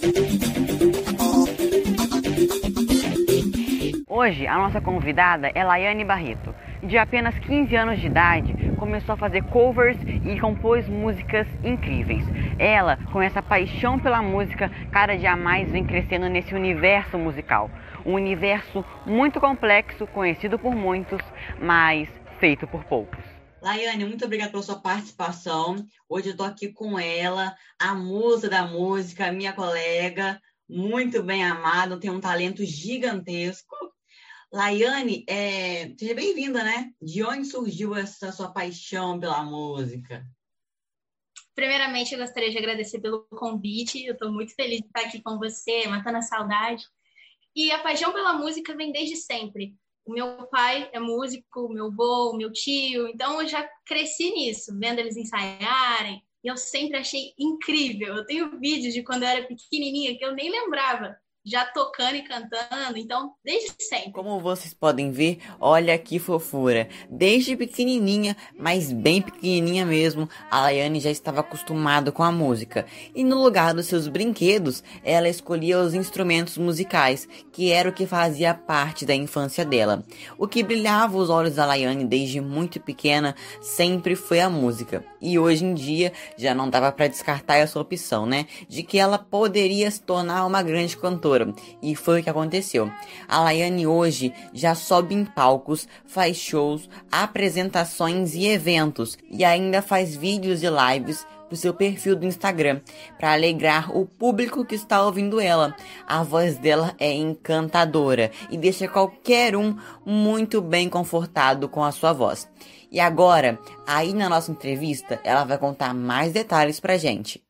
Hoje, a nossa convidada é Laiane Barreto. De apenas 15 anos de idade, começou a fazer covers e compôs músicas incríveis. Ela, com essa paixão pela música, cada dia mais vem crescendo nesse universo musical. Um universo muito complexo, conhecido por muitos, mas feito por poucos. Laiane, muito obrigada pela sua participação. Hoje eu estou aqui com ela, a musa da música, minha colega, muito bem amada, tem um talento gigantesco. Laiane, seja bem-vinda, né? De onde surgiu essa sua paixão pela música? Primeiramente, eu gostaria de agradecer pelo convite. Eu estou muito feliz de estar aqui com você, matando a saudade. E a paixão pela música vem desde sempre. O meu pai é músico, o meu avô, o meu tio. Então, eu já cresci nisso, vendo eles ensaiarem. E eu sempre achei incrível. Eu tenho vídeos de quando eu era pequenininha que eu nem lembrava, já tocando e cantando, então, desde sempre. Como vocês podem ver, olha que fofura. Desde pequenininha, mas bem pequenininha mesmo, a Laiane já estava acostumada com a música. E no lugar dos seus brinquedos, ela escolhia os instrumentos musicais, que era o que fazia parte da infância dela. O que brilhava os olhos da Laiane desde muito pequena sempre foi a música. E hoje em dia, já não dava para descartar essa opção, né? De que ela poderia se tornar uma grande cantora. E foi o que aconteceu. A Laiane hoje já sobe em palcos, faz shows, apresentações e eventos. E ainda faz vídeos e lives pro seu perfil do Instagram, para alegrar o público que está ouvindo ela. A voz dela é encantadora e deixa qualquer um muito bem confortado com a sua voz. E agora, aí na nossa entrevista, ela vai contar mais detalhes pra gente.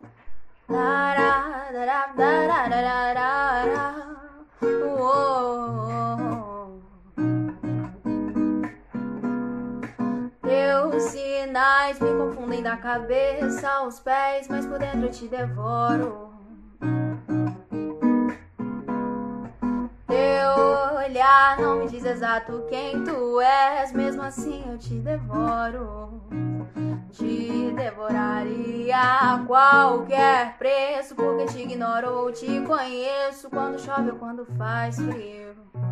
Teus sinais me confundem da cabeça aos pés, mas por dentro eu te devoro. Teu olhar não me diz exato quem tu és, mesmo assim eu te devoro. Te devoraria a qualquer preço, porque te ignoro ou te conheço, quando chove ou quando faz frio.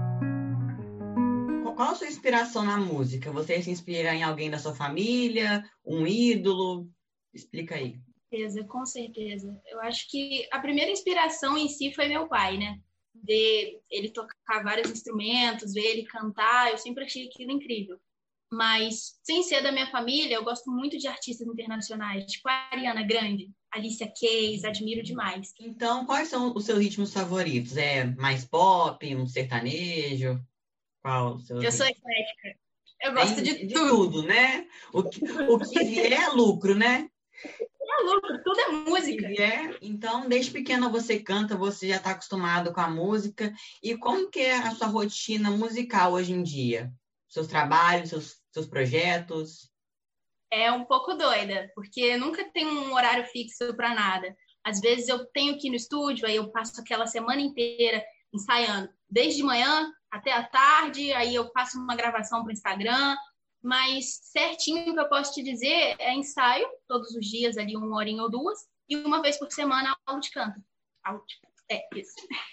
Qual a sua inspiração na música? Você se inspira em alguém da sua família, um ídolo? Explica aí. Com certeza. Eu acho que a primeira inspiração em si foi meu pai, né? Ver ele tocar vários instrumentos, ver ele cantar, eu sempre achei aquilo incrível. Mas, sem ser da minha família, eu gosto muito de artistas internacionais, tipo a Ariana Grande, Alicia Keys, admiro demais. Então, quais são os seus ritmos favoritos? É mais pop, um sertanejo? Qual o seu Eu sou eclética. Eu gosto de tudo, né? O que vier é lucro, né? É lucro, tudo é música. Então, desde pequena você canta, você já está acostumado com a música. E como que é a sua rotina musical hoje em dia? Seus trabalhos, seus projetos? É um pouco doida, porque nunca tem um horário fixo para nada. Às vezes eu tenho que ir no estúdio, aí eu passo aquela semana inteira ensaiando, desde manhã até a tarde, aí eu faço uma gravação para o Instagram, mas certinho o que eu posso te dizer é ensaio, todos os dias ali 1 horinha ou 2, e uma vez por semana aula de canto. Isso.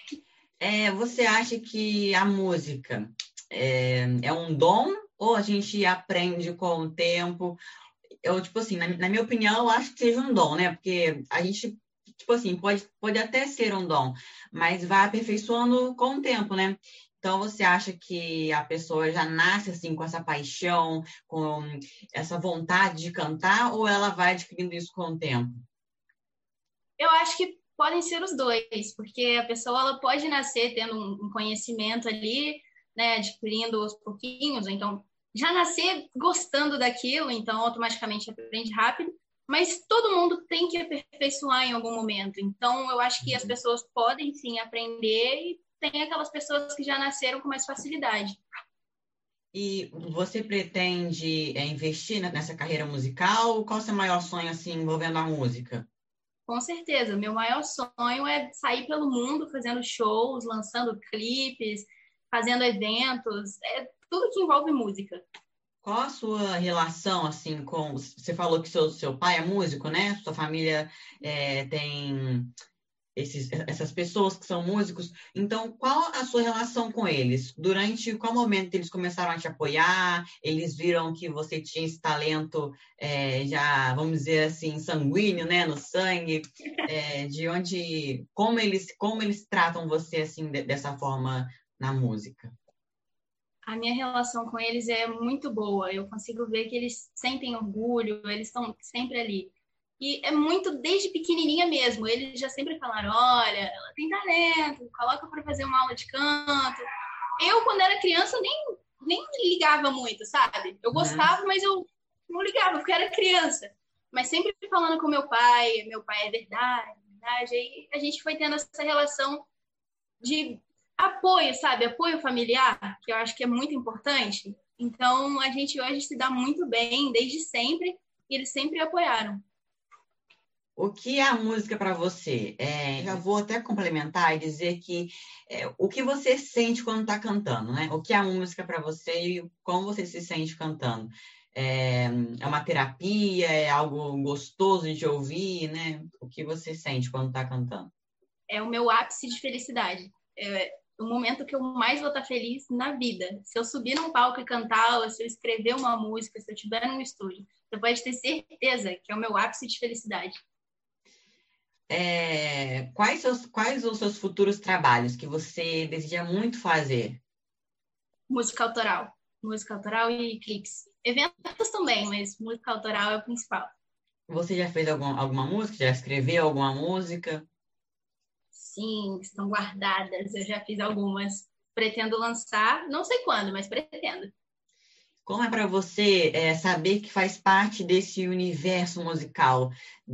Você acha que a música é um dom ou a gente aprende com o tempo? Eu, tipo assim, na minha opinião, eu acho que seja um dom, né? Porque a gente, tipo assim, pode até ser um dom, mas vai aperfeiçoando com o tempo, né? Então, você acha que a pessoa já nasce assim com essa paixão, com essa vontade de cantar, ou ela vai adquirindo isso com o tempo? Eu acho que podem ser os dois, porque a pessoa ela pode nascer tendo um conhecimento ali, né, adquirindo aos pouquinhos, ou então já nascer gostando daquilo, então automaticamente aprende rápido, mas todo mundo tem que aperfeiçoar em algum momento. Então, eu acho que as pessoas podem sim aprender e tem aquelas pessoas que já nasceram com mais facilidade. E você pretende investir nessa carreira musical? Qual é o seu maior sonho assim, envolvendo a música? Com certeza. Meu maior sonho é sair pelo mundo fazendo shows, lançando clipes, fazendo eventos, tudo que envolve música. Qual a sua relação, assim, com... Você falou que seu pai é músico, né? Sua família tem essas pessoas que são músicos. Então, qual a sua relação com eles? Durante qual momento eles começaram a te apoiar? Eles viram que você tinha esse talento já, vamos dizer assim, sanguíneo, né, no sangue? Como eles tratam você assim dessa forma na música? A minha relação com eles é muito boa. Eu consigo ver que eles sentem orgulho, eles estão sempre ali. E é muito desde pequenininha mesmo. Eles já sempre falaram: olha, ela tem talento, coloca para fazer uma aula de canto. Eu, quando era criança, nem ligava muito, sabe? Eu gostava, mas eu não ligava, porque eu era criança. Mas sempre falando com meu pai é verdade, verdade. Aí a gente foi tendo essa relação de apoio, sabe? Apoio familiar, que eu acho que é muito importante. Então, a gente hoje se dá muito bem, desde sempre, e eles sempre apoiaram. O que é a música para você? Já vou até complementar e dizer que o que você sente quando está cantando, né? O que é a música para você e como você se sente cantando? É uma terapia? É algo gostoso de ouvir, né? O que você sente quando está cantando? É o meu ápice de felicidade. É o momento que eu mais vou estar feliz na vida. Se eu subir num palco e cantar, ou se eu escrever uma música, se eu estiver num estúdio, você pode ter certeza que é o meu ápice de felicidade. Quais os seus futuros trabalhos que você deseja muito fazer? Música autoral e clipes. Eventos também, mas música autoral é o principal. Você já fez alguma música? Já escreveu alguma música? Sim, estão guardadas. Eu já fiz algumas. Pretendo lançar, não sei quando, mas pretendo. Como é para você saber que faz parte desse universo musical,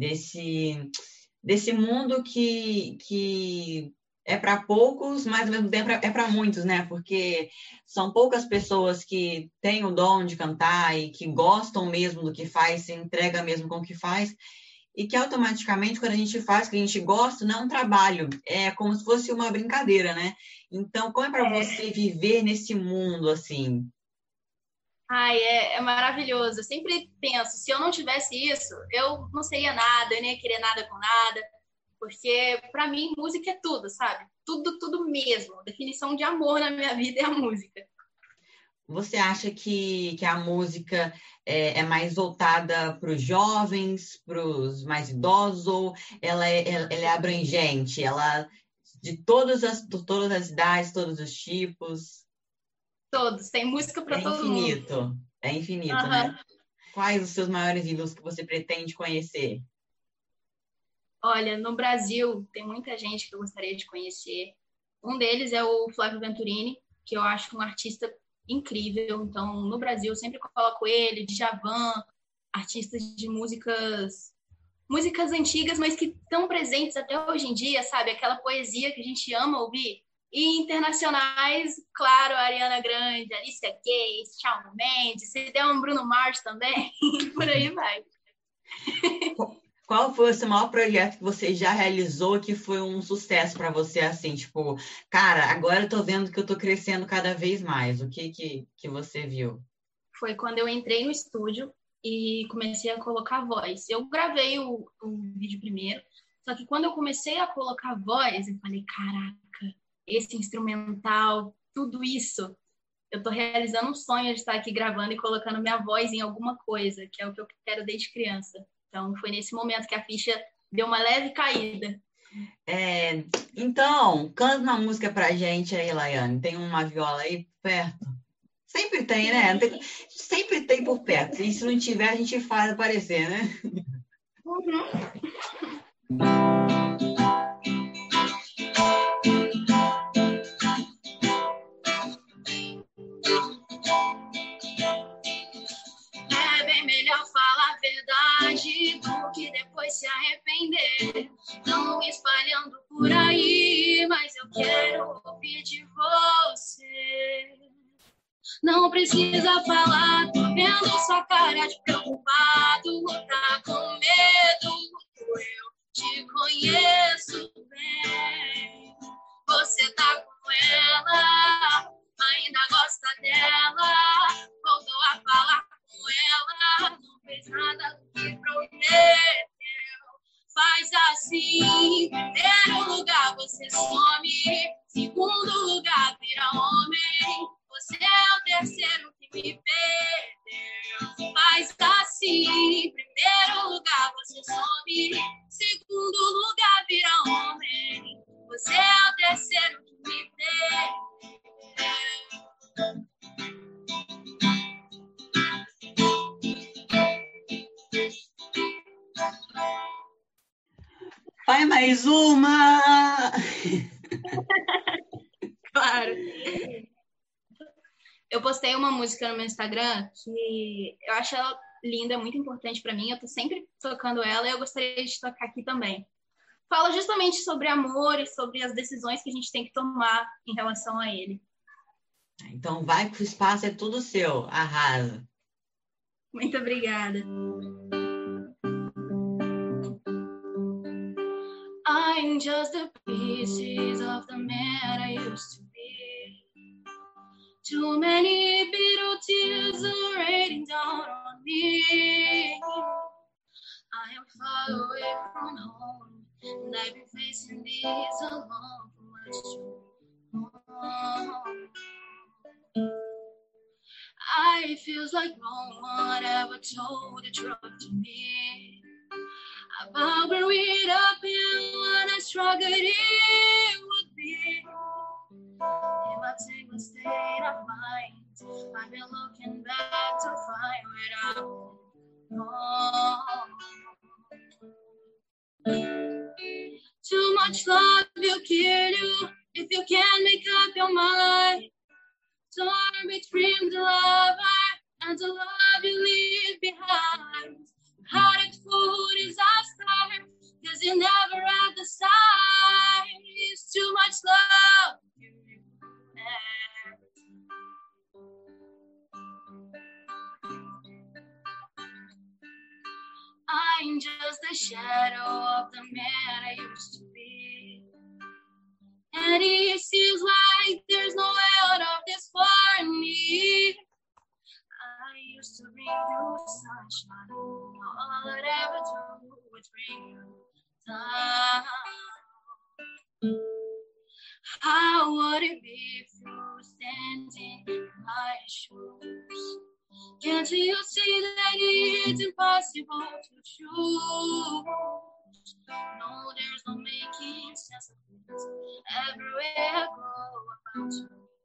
desse mundo que é para poucos, mas ao mesmo tempo é para muitos, né? Porque são poucas pessoas que têm o dom de cantar e que gostam mesmo do que faz, se entrega mesmo com o que faz, e que automaticamente, quando a gente faz o que a gente gosta, não é um trabalho, é como se fosse uma brincadeira, né? Então, como é para você viver nesse mundo assim? Ai, é maravilhoso. Eu sempre penso, se eu não tivesse isso, eu não seria nada, eu nem ia querer nada com nada. Porque, para mim, música é tudo, sabe? Tudo, tudo mesmo. A definição de amor na minha vida é a música. Você acha que a música é mais voltada para os jovens, para os mais idosos, ou ela é abrangente? Ela de todas as idades, todos os tipos? Todos. Tem música para todo mundo. É infinito, né? Quais os seus maiores ídolos que você pretende conhecer? Olha, no Brasil tem muita gente que eu gostaria de conhecer. Um deles é o Flávio Venturini, que eu acho um artista incrível. Então, no Brasil, eu sempre coloco ele, Djavan, artistas de músicas antigas, mas que estão presentes até hoje em dia, sabe? Aquela poesia que a gente ama ouvir. E internacionais, claro, Ariana Grande, Alicia Keys, Shawn Mendes, se der um Bruno Mars também, por aí vai. Qual foi o seu maior projeto que você já realizou que foi um sucesso para você, assim, tipo, cara, agora eu tô vendo que eu tô crescendo cada vez mais. O que você viu? Foi quando eu entrei no estúdio e comecei a colocar voz. Eu gravei o vídeo primeiro, só que quando eu comecei a colocar voz, eu falei, caraca, esse instrumental, tudo isso, eu tô realizando um sonho de estar aqui gravando e colocando minha voz em alguma coisa, que é o que eu quero desde criança. Então, foi nesse momento que a ficha deu uma leve caída. Então, canta uma música pra gente aí, Laiane. Tem uma viola aí perto? Sempre tem, né? Sempre tem por perto. E se não tiver, a gente faz aparecer, né? É bem melhor falar a verdade do que depois se arrepender. Não espalhando por aí, mas eu quero ouvir de você. Não precisa falar, tô vendo sua cara de preocupado, tá com medo, eu te conheço bem. Você tá com ela, ainda gosta dela, voltou a falar com ela, não fez nada do que prometeu. Faz assim, ter um some. Segundo lugar, vira homem. Você é o terceiro que me perdeu. Faz assim. Primeiro lugar, você some. Segundo lugar, vira homem. Você é o terceiro que me perdeu. Vai mais uma! Claro. Eu postei uma música no meu Instagram que eu acho ela linda, muito importante para mim. Eu tô sempre tocando ela e eu gostaria de tocar aqui também. Fala justamente sobre amor e sobre as decisões que a gente tem que tomar em relação a ele. Então vai que o espaço é tudo seu. Arrasa. Muito obrigada. I'm just the pieces of the man I used to be. Too many bitter tears are raining down on me. I am far away from home, and I've been facing this alone for much too long. I feels like no one ever told the truth to me about where it up and what I struggled it would be. In my tangled state of mind, I've been looking back to find where I'm wrong. Too much love will kill you if you can't make up your mind. Torn between the lover and the love you leave behind. Hearted food is disaster, cause you never had the sign. It's too much love. I'm just a shadow of the man I used to be. And it seems like there's no way out of this for me. I used to bring you sunshine. All I'd ever do was bring you down. How would it be if you were standing in my shoes? Can't you see that it's impossible to choose? No, there's no making sense of this. Everywhere I go about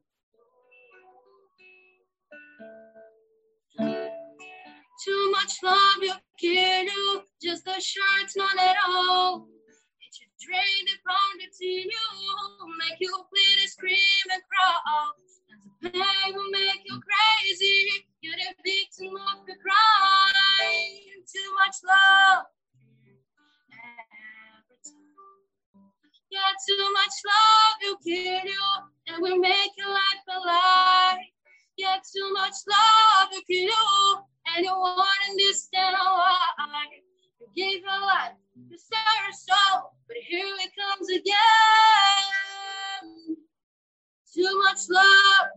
you. Too much love will kill you. Just the shirt's not at all. It should drain the bond between you, make you bleed and scream and crawl. And the pain will make you crazy. You're the victim of the crime. Too much love. Yeah, too much love will kill you and will make your life a lie. Yeah, too much love will kill you and you won't understand why. You gave your life, you sell your soul, but here it comes again. Too much love.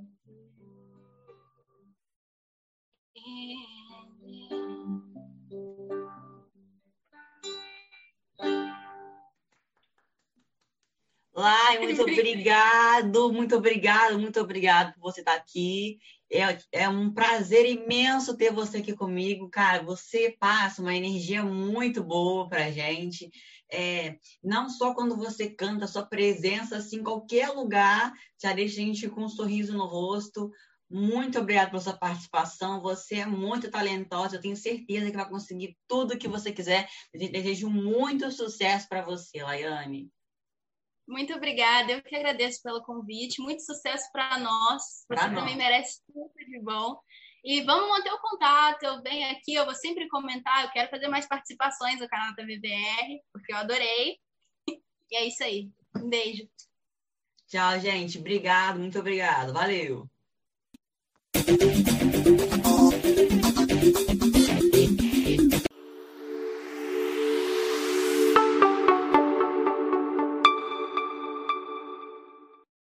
Lai, muito obrigado, muito obrigado, muito obrigado por você estar aqui. É um prazer imenso ter você aqui comigo, cara. Você passa uma energia muito boa pra gente. Não só quando você canta, sua presença, assim, em qualquer lugar, já deixa a gente com um sorriso no rosto. Muito obrigada pela sua participação. Você é muito talentosa. Eu tenho certeza que vai conseguir tudo o que você quiser. Eu desejo muito sucesso para você, Laiane. Muito obrigada, eu que agradeço pelo convite, muito sucesso para nós, você também merece tudo de bom. E vamos manter o contato, eu venho aqui, eu vou sempre comentar, eu quero fazer mais participações no canal da MBR, porque eu adorei. E é isso aí, um beijo. Tchau, gente, obrigado, muito obrigado, valeu.